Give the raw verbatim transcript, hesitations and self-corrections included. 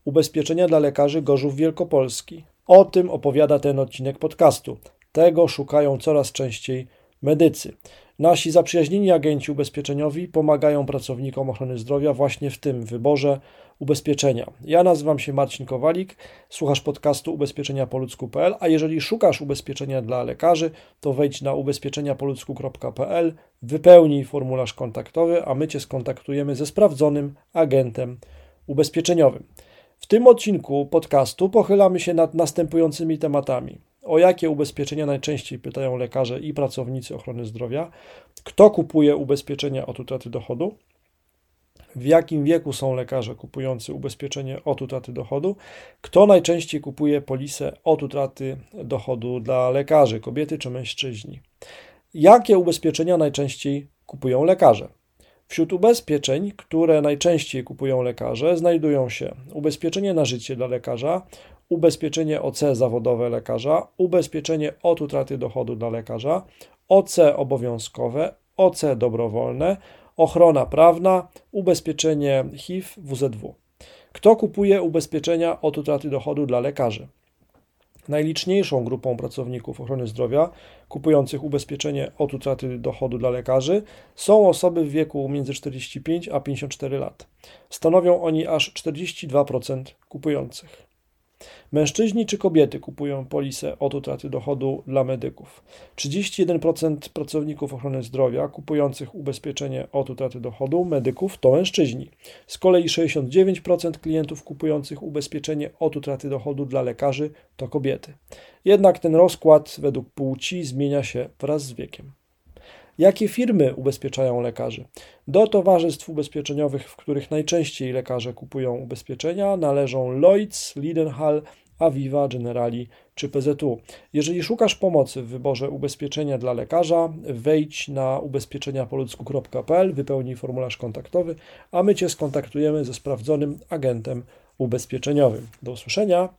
Ubezpieczenia dla lekarzy Gorzów Wielkopolski. O tym opowiada ten odcinek podcastu. Tego szukają coraz częściej medycy. Nasi zaprzyjaźnieni agenci ubezpieczeniowi pomagają pracownikom ochrony zdrowia właśnie w tym wyborze ubezpieczenia. Ja nazywam się Marcin Kowalik, słuchasz podcastu ubezpieczenia po ludzku kropka p l, a jeżeli szukasz ubezpieczenia dla lekarzy, to wejdź na ubezpieczenia po ludzku kropka p l, wypełnij formularz kontaktowy, a my Cię skontaktujemy ze sprawdzonym agentem ubezpieczeniowym. W tym odcinku podcastu pochylamy się nad następującymi tematami. O jakie ubezpieczenia najczęściej pytają lekarze i pracownicy ochrony zdrowia? Kto kupuje ubezpieczenia od utraty dochodu? W jakim wieku są lekarze kupujący ubezpieczenie od utraty dochodu? Kto najczęściej kupuje polisę od utraty dochodu dla lekarzy, kobiety czy mężczyźni? Jakie ubezpieczenia najczęściej kupują lekarze? Wśród ubezpieczeń, które najczęściej kupują lekarze, znajdują się ubezpieczenie na życie dla lekarza, ubezpieczenie O C zawodowe lekarza, ubezpieczenie od utraty dochodu dla lekarza, O C obowiązkowe, O C dobrowolne, ochrona prawna, ubezpieczenie H I V W Z W. Kto kupuje ubezpieczenia od utraty dochodu dla lekarzy? Najliczniejszą grupą pracowników ochrony zdrowia kupujących ubezpieczenie od utraty dochodu dla lekarzy są osoby w wieku między czterdzieści pięć a pięćdziesiąt cztery lat. Stanowią oni aż czterdzieści dwa procent kupujących. Mężczyźni czy kobiety kupują polisę od utraty dochodu dla medyków? trzydzieści jeden procent pracowników ochrony zdrowia kupujących ubezpieczenie od utraty dochodu medyków to mężczyźni. Z kolei sześćdziesiąt dziewięć procent klientów kupujących ubezpieczenie od utraty dochodu dla lekarzy to kobiety. Jednak ten rozkład według płci zmienia się wraz z wiekiem. Jakie firmy ubezpieczają lekarzy? Do towarzystw ubezpieczeniowych, w których najczęściej lekarze kupują ubezpieczenia, należą Lloyds, Leadenhall, Aviva, Generali czy P Z U. Jeżeli szukasz pomocy w wyborze ubezpieczenia dla lekarza, wejdź na ubezpieczenia po ludzku kropka p l, wypełnij formularz kontaktowy, a my Cię skontaktujemy ze sprawdzonym agentem ubezpieczeniowym. Do usłyszenia.